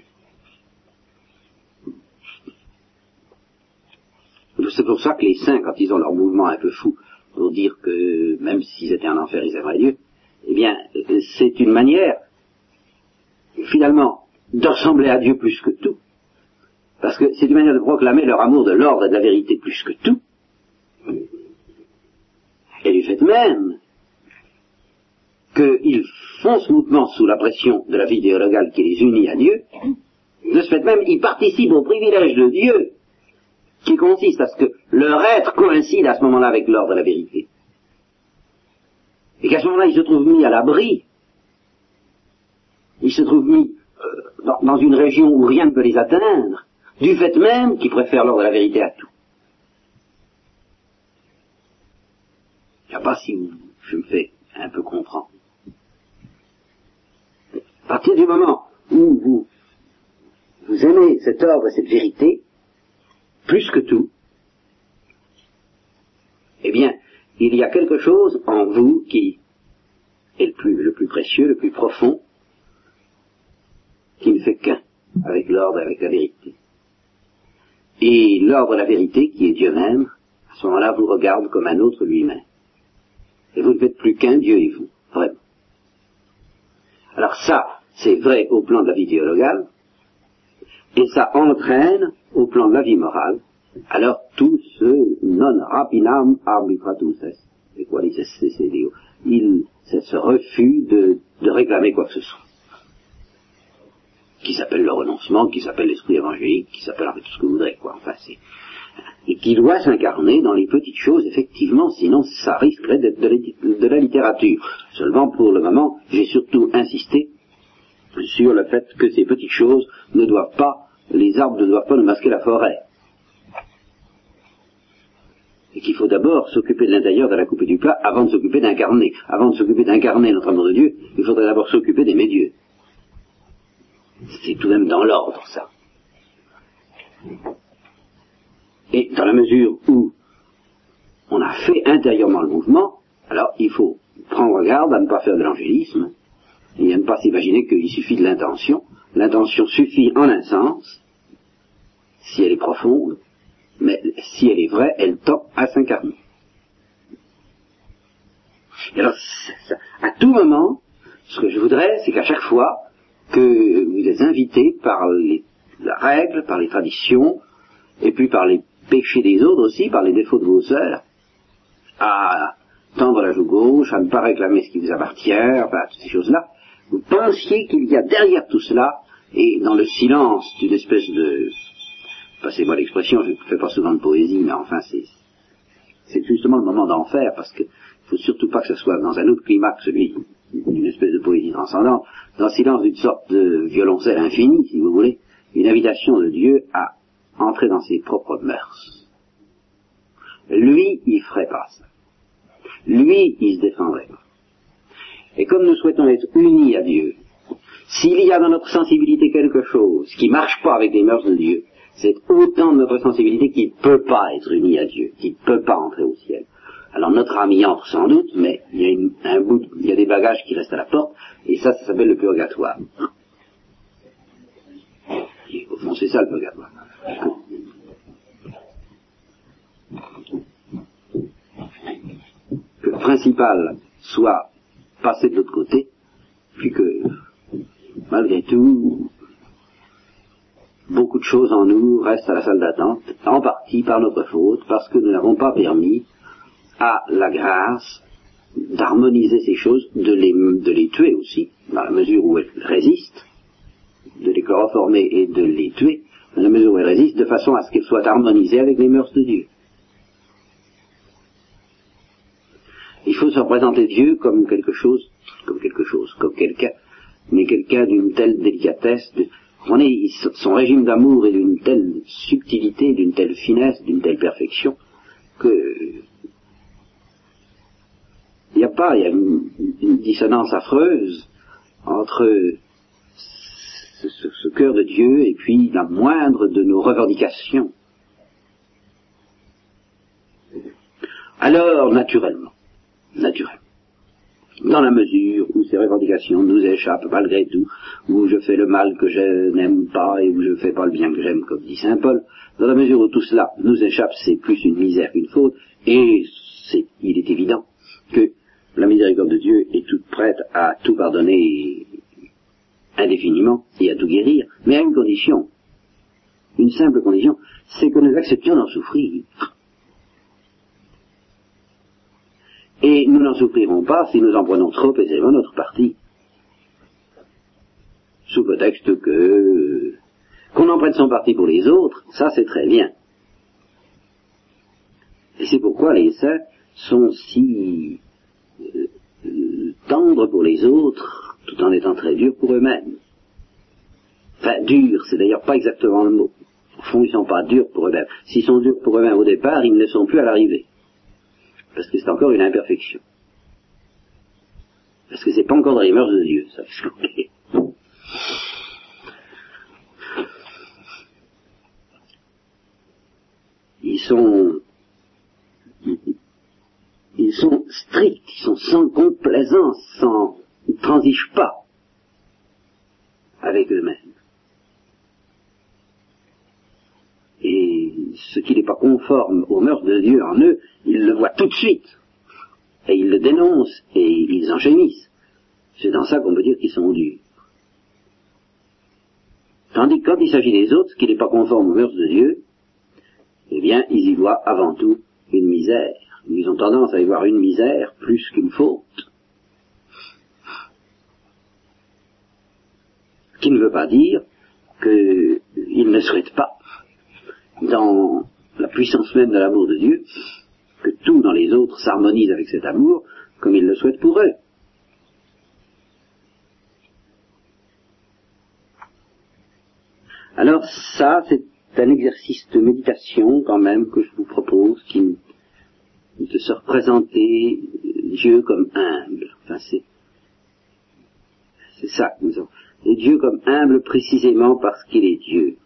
C'est pour ça que les saints, quand ils ont leur mouvement un peu fou, pour dire que même s'ils étaient en enfer, ils aimeraient Dieu, eh bien, c'est une manière, finalement, de ressembler à Dieu plus que tout. Parce que c'est une manière de proclamer leur amour de l'ordre et de la vérité plus que tout. Et du fait même qu'ils font ce mouvement sous la pression de la vie théologale qui les unit à Dieu, de ce fait même, ils participent au privilège de Dieu qui consiste à ce que leur être coïncide à ce moment-là avec l'ordre de la vérité. Et qu'à ce moment-là, ils se trouvent mis à l'abri, ils se trouvent mis dans une région où rien ne peut les atteindre, du fait même qu'ils préfèrent l'ordre de la vérité à tout. Je ne sais pas si je me fais un peu comprendre. À partir du moment où vous aimez cet ordre et cette vérité, plus que tout, eh bien, il y a quelque chose en vous qui est le plus précieux, le plus profond, qui ne fait qu'un avec l'ordre et avec la vérité. Et l'ordre et la vérité, qui est Dieu même, à ce moment-là, vous regarde comme un autre lui-même. Et vous ne faites plus qu'un, Dieu et vous, vraiment. Alors ça, c'est vrai au plan de la vie théologale, et ça entraîne au plan de la vie morale, alors tout ce non rapinam arbitratus est. C'est quoi c'est ce refus de réclamer quoi que ce soit. Qui s'appelle le renoncement, qui s'appelle l'esprit évangélique, qui s'appelle tout ce que vous voudrez, quoi. Enfin, et qui doit s'incarner dans les petites choses, effectivement, sinon ça risquerait d'être de la littérature. Seulement, pour le moment, j'ai surtout insisté sur le fait que ces petites choses ne doivent pas, les arbres ne doivent pas nous masquer la forêt. Et qu'il faut d'abord s'occuper de l'intérieur de la coupe et du plat avant de s'occuper d'incarner. Avant de s'occuper d'incarner notre amour de Dieu, il faudrait d'abord s'occuper d'aimer Dieu. C'est tout de même dans l'ordre, ça. Et dans la mesure où on a fait intérieurement le mouvement, alors il faut prendre garde à ne pas faire de l'angélisme, et à ne pas s'imaginer qu'il suffit de l'intention. L'intention suffit en un sens, si elle est profonde, mais si elle est vraie, elle tend à s'incarner. Et alors, à tout moment, ce que je voudrais, c'est qu'à chaque fois que vous êtes invité par la règle, par les traditions, et puis par les péchés des autres aussi, par les défauts de vos sœurs, à tendre la joue gauche, à ne pas réclamer ce qui vous appartient, enfin, toutes ces choses-là, vous pensiez qu'il y a derrière tout cela, et dans le silence d'une espèce de... Passez-moi l'expression, je ne fais pas souvent de poésie, mais enfin, c'est justement le moment d'en faire, parce qu'il ne faut surtout pas que ce soit dans un autre climat que celui d'une espèce de poésie transcendante, dans le silence d'une sorte de violoncelle infini, si vous voulez, une invitation de Dieu à entrer dans ses propres mœurs. Lui, il ferait pas ça. Lui, il se défendrait pas. Et comme nous souhaitons être unis à Dieu, s'il y a dans notre sensibilité quelque chose qui ne marche pas avec les mœurs de Dieu, c'est autant de notre sensibilité qui ne peut pas être unie à Dieu, qui ne peut pas entrer au ciel. Alors notre âme y entre sans doute, mais il y a des bagages qui restent à la porte, et ça s'appelle le purgatoire. Et au fond, c'est ça le purgatoire. Que le principal soit passé de l'autre côté, puis que, malgré tout, beaucoup de choses en nous restent à la salle d'attente, en partie par notre faute, parce que nous n'avons pas permis à la grâce d'harmoniser ces choses, de les tuer aussi, dans la mesure où elles résistent, de les chloroformer et de les tuer, dans la mesure où elles résistent, de façon à ce qu'elles soient harmonisées avec les mœurs de Dieu. Il faut se représenter Dieu comme quelqu'un, mais quelqu'un d'une telle délicatesse, son régime d'amour est d'une telle subtilité, d'une telle finesse, d'une telle perfection, que il y a une dissonance affreuse entre ce cœur de Dieu et puis la moindre de nos revendications. Alors, naturellement, dans la mesure où ces revendications nous échappent malgré tout, où je fais le mal que je n'aime pas et où je ne fais pas le bien que j'aime, comme dit saint Paul, dans la mesure où tout cela nous échappe, c'est plus une misère qu'une faute, et il est évident que la miséricorde de Dieu est toute prête à tout pardonner indéfiniment et à tout guérir, mais à une condition, une simple condition, c'est que nous acceptions d'en souffrir. Et nous n'en souffrirons pas si nous en prenons trop aisément notre parti. Sous prétexte qu'on en prenne son parti pour les autres, ça c'est très bien. Et c'est pourquoi les saints sont si tendres pour les autres, tout en étant très durs pour eux-mêmes. Enfin, durs, c'est d'ailleurs pas exactement le mot. Au fond, ils ne sont pas durs pour eux-mêmes. S'ils sont durs pour eux-mêmes au départ, ils ne le sont plus à l'arrivée. Parce que c'est encore une imperfection. Parce que c'est pas encore dans les mœurs de Dieu, ça. Ils sont stricts, ils sont sans complaisance, ils ne transigent pas avec eux-mêmes. Et ce qui n'est pas conforme aux mœurs de Dieu en eux, ils le voient tout de suite. Et ils le dénoncent et ils en gémissent. C'est dans ça qu'on peut dire qu'ils sont durs. Tandis que quand il s'agit des autres, ce qui n'est pas conforme aux mœurs de Dieu, eh bien, ils y voient avant tout une misère. Ils ont tendance à y voir une misère plus qu'une faute. Ce qui ne veut pas dire qu'ils ne souhaitent pas, dans la puissance même de l'amour de Dieu, que tout dans les autres s'harmonise avec cet amour, comme ils le souhaitent pour eux. Alors ça, c'est un exercice de méditation quand même que je vous propose, qui de se représenter Dieu comme humble. Enfin, c'est ça que nous avons. Et Dieu comme humble précisément parce qu'il est Dieu.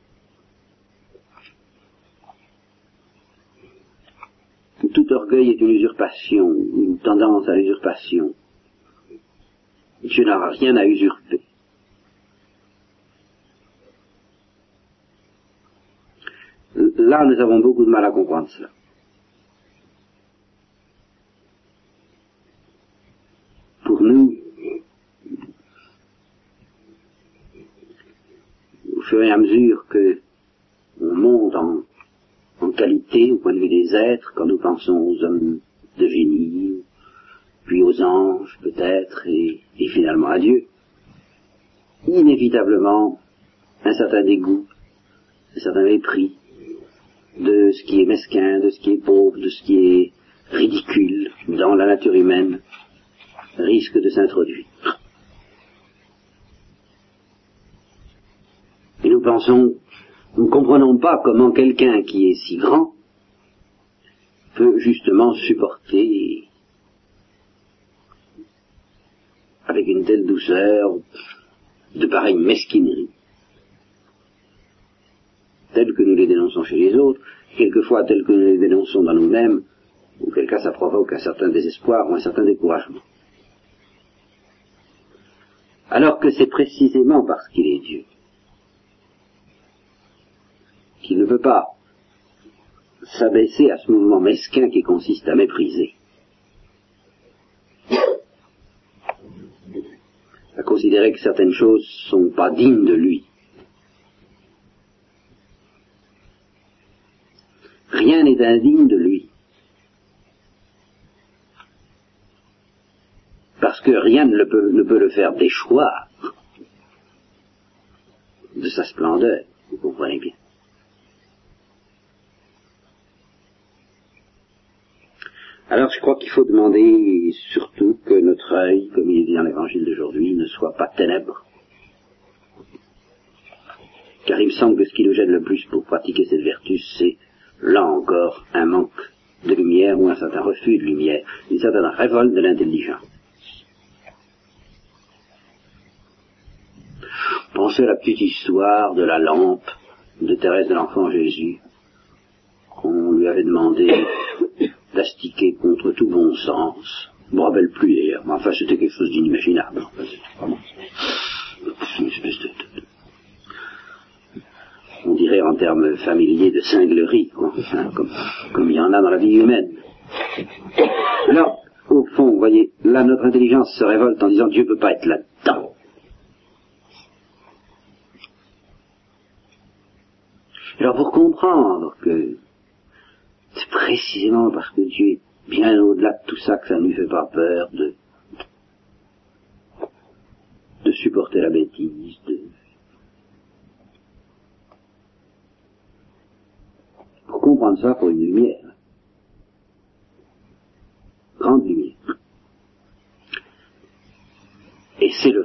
Tout orgueil est une usurpation, une tendance à l'usurpation. Dieu n'a rien à usurper. Là, nous avons beaucoup de mal à comprendre cela. Pour nous, au fur et à mesure que on monte en qualité au point de vue des êtres, quand nous pensons aux hommes de génie, puis aux anges peut-être, et finalement à Dieu, inévitablement un certain dégoût, un certain mépris de ce qui est mesquin, de ce qui est pauvre, de ce qui est ridicule dans la nature humaine risque de s'introduire. Et nous ne comprenons pas comment quelqu'un qui est si grand peut justement supporter avec une telle douceur de pareilles mesquineries, telles que nous les dénonçons chez les autres, quelquefois telles que nous les dénonçons dans nous-mêmes, auquel cas ça provoque un certain désespoir ou un certain découragement. Alors que c'est précisément parce qu'il est Dieu qu'il ne peut pas s'abaisser à ce mouvement mesquin qui consiste à mépriser, à considérer que certaines choses ne sont pas dignes de lui. Rien n'est indigne de lui. Parce que rien ne peut le faire déchoir de sa splendeur, vous comprenez bien. Alors je crois qu'il faut demander surtout que notre œil, comme il est dit dans l'évangile d'aujourd'hui, ne soit pas ténèbres. Car il me semble que ce qui nous gêne le plus pour pratiquer cette vertu, c'est, là encore, un manque de lumière ou un certain refus de lumière, une certaine révolte de l'intelligence. Pensez à la petite histoire de la lampe de Thérèse de l'Enfant Jésus, qu'on lui avait demandé d'astiquer contre tout bon sens. Je ne me rappelle plus d'ailleurs, mais enfin c'était quelque chose d'inimaginable. Enfin, c'était vraiment une espèce on dirait en termes familiers de cinglerie, quoi, hein, comme il y en a dans la vie humaine. Alors, au fond, vous voyez, là notre intelligence se révolte en disant Dieu ne peut pas être là-dedans. Alors pour comprendre que c'est précisément parce que Dieu est bien au-delà de tout ça que ça ne lui fait pas peur de supporter la bêtise, Pour comprendre ça, il faut une lumière.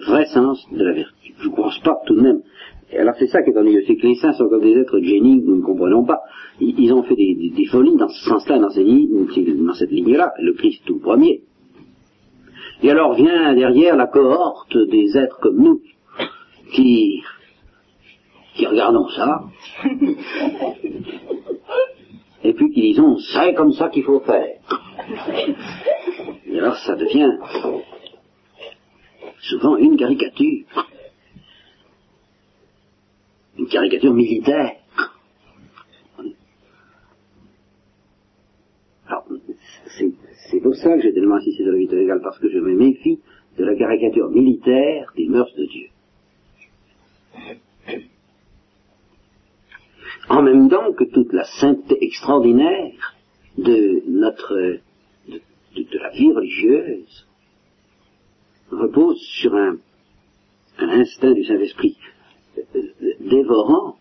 vrai sens de la vertu. Je ne pense pas tout de même. Et alors c'est ça qui est ennuyeux, c'est que les saints sont comme des êtres de génie que nous ne comprenons pas. Ils ont fait des folies dans ce sens-là, dans cette ligne-là, le Christ tout premier. Et alors vient derrière la cohorte des êtres comme nous, qui regardons ça, et puis qui disons, c'est comme ça qu'il faut faire. Et alors ça devient souvent une caricature militaire. Alors, c'est pour ça que j'ai tellement insisté sur la vie légale, parce que je me méfie de la caricature militaire des mœurs de Dieu. En même temps que toute la sainteté extraordinaire de la vie religieuse repose sur un instinct du Saint-Esprit dévorant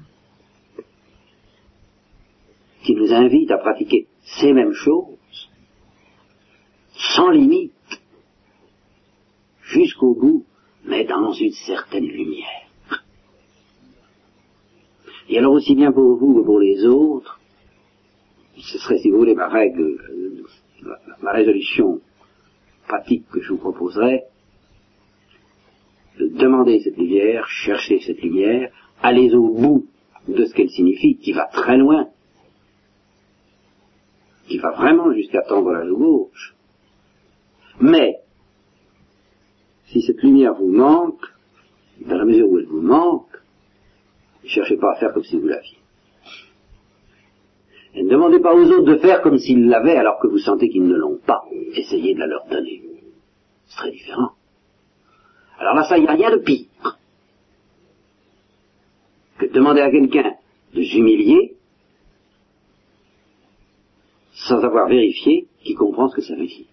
qui nous invite à pratiquer ces mêmes choses sans limite jusqu'au bout, mais dans une certaine lumière. Et alors aussi bien pour vous que pour les autres, ce serait, si vous voulez, ma résolution pratique que je vous proposerais, de demander cette lumière, chercher cette lumière, aller au bout de ce qu'elle signifie, qui va très loin, qui va vraiment jusqu'à tendre la joue gauche. Mais, si cette lumière vous manque, dans la mesure où elle vous manque, ne cherchez pas à faire comme si vous l'aviez. Et ne demandez pas aux autres de faire comme s'ils l'avaient alors que vous sentez qu'ils ne l'ont pas. Essayez de la leur donner. C'est très différent. Alors là, ça, il n'y a rien de pire que de demander à quelqu'un de s'humilier sans avoir vérifié qu'il comprend ce que ça veut dire.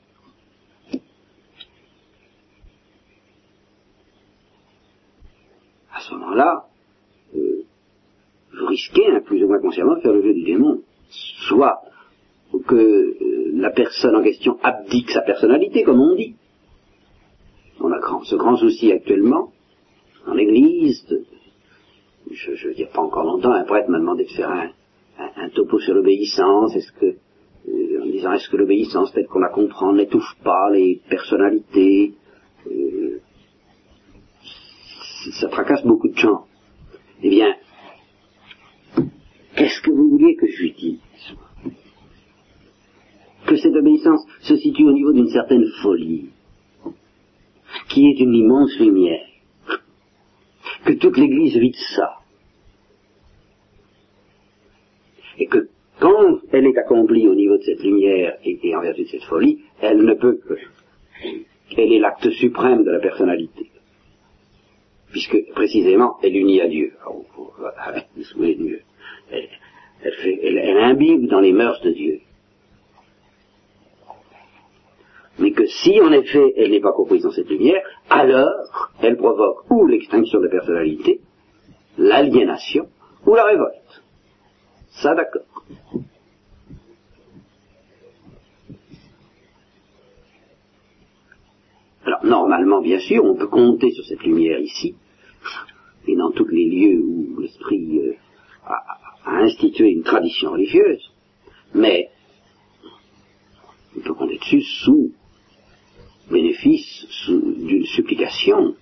À ce moment-là, vous risquez, plus ou moins consciemment, de faire le jeu du démon. Soit que la personne en question abdique sa personnalité, comme on dit. On a ce grand souci actuellement, dans l'Église, je veux dire, pas encore longtemps, un prêtre m'a demandé de faire un topo sur l'obéissance, en disant, est-ce que l'obéissance, telle qu'on la comprend, n'étouffe pas les personnalités, ça tracasse beaucoup de gens. Eh bien, qu'est-ce que vous vouliez que je lui dise? Que cette obéissance se situe au niveau d'une certaine folie, qui est une immense lumière, que toute l'Église vit de ça, et que quand elle est accomplie au niveau de cette lumière et en vertu de cette folie, elle ne peut que... Elle est l'acte suprême de la personnalité, puisque précisément elle unit à Dieu. Elle imbibe dans les mœurs de Dieu. Mais que si en effet elle n'est pas comprise dans cette lumière, alors elle provoque ou l'extinction de la personnalité, l'aliénation ou la révolte. Ça, d'accord. Alors normalement, bien sûr, on peut compter sur cette lumière ici, et dans tous les lieux où l'esprit a institué une tradition religieuse, mais on peut compter dessus sous bénéfice d'une supplication.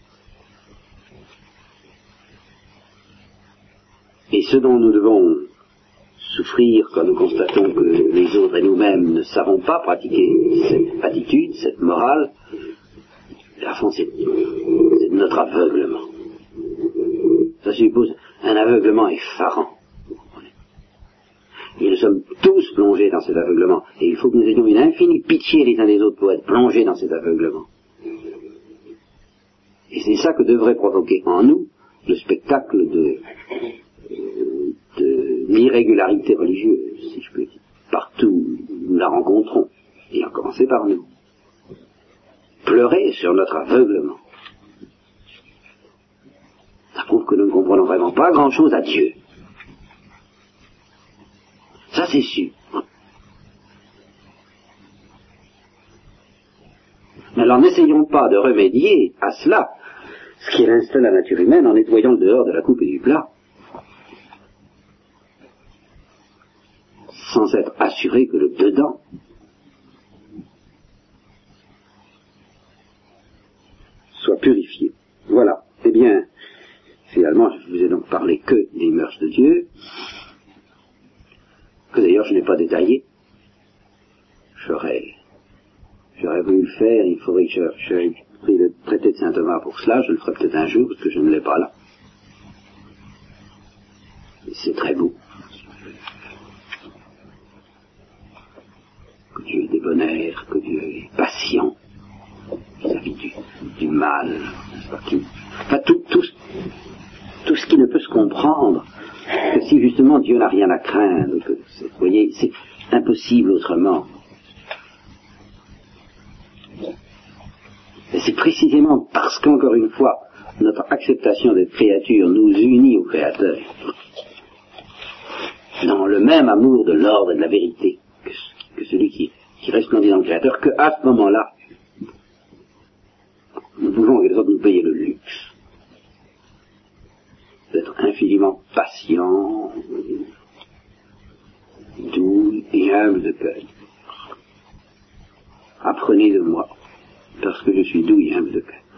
Et ce dont nous devons souffrir quand nous constatons que les autres et nous-mêmes ne savons pas pratiquer cette attitude, cette morale, à fond c'est notre aveuglement. Ça suppose un aveuglement effarant. Et nous sommes tous plongés dans cet aveuglement. Et il faut que nous ayons une infinie pitié les uns des autres pour être plongés dans cet aveuglement. Et c'est ça que devrait provoquer en nous le spectacle de l'irrégularité religieuse, si je peux dire. Partout où nous la rencontrons, et à commencer par nous. Pleurer sur notre aveuglement. Ça prouve que nous ne comprenons vraiment pas grand-chose à Dieu. Ça, c'est sûr. Mais alors, n'essayons pas de remédier à cela ce qui est l'instinct de la nature humaine en nettoyant le dehors de la coupe et du plat, sans être assuré que le dedans soit purifié. Voilà. Eh bien, finalement, je vous ai donc parlé que des mœurs de Dieu, que d'ailleurs je n'ai pas détaillé. J'aurais voulu le faire, il faudrait que j'aie pris le traité de saint Thomas pour cela, je le ferai peut-être un jour, parce que je ne l'ai pas là. C'est très beau. Que Dieu est débonnaire, que Dieu est patient vis-à-vis du mal, enfin tout ce qui ne peut se comprendre, que si justement Dieu n'a rien à craindre, que, vous voyez, c'est impossible autrement. Et c'est précisément parce qu'encore une fois, notre acceptation d'être créature nous unit au Créateur, dans le même amour de l'ordre et de la vérité que celui qui resplendit dans le Créateur, qu'à ce moment-là, nous pouvons en quelque sorte nous payer le luxe d'être infiniment patient, doux et humble de cœur. Apprenez de moi, parce que je suis doux et humble de cœur.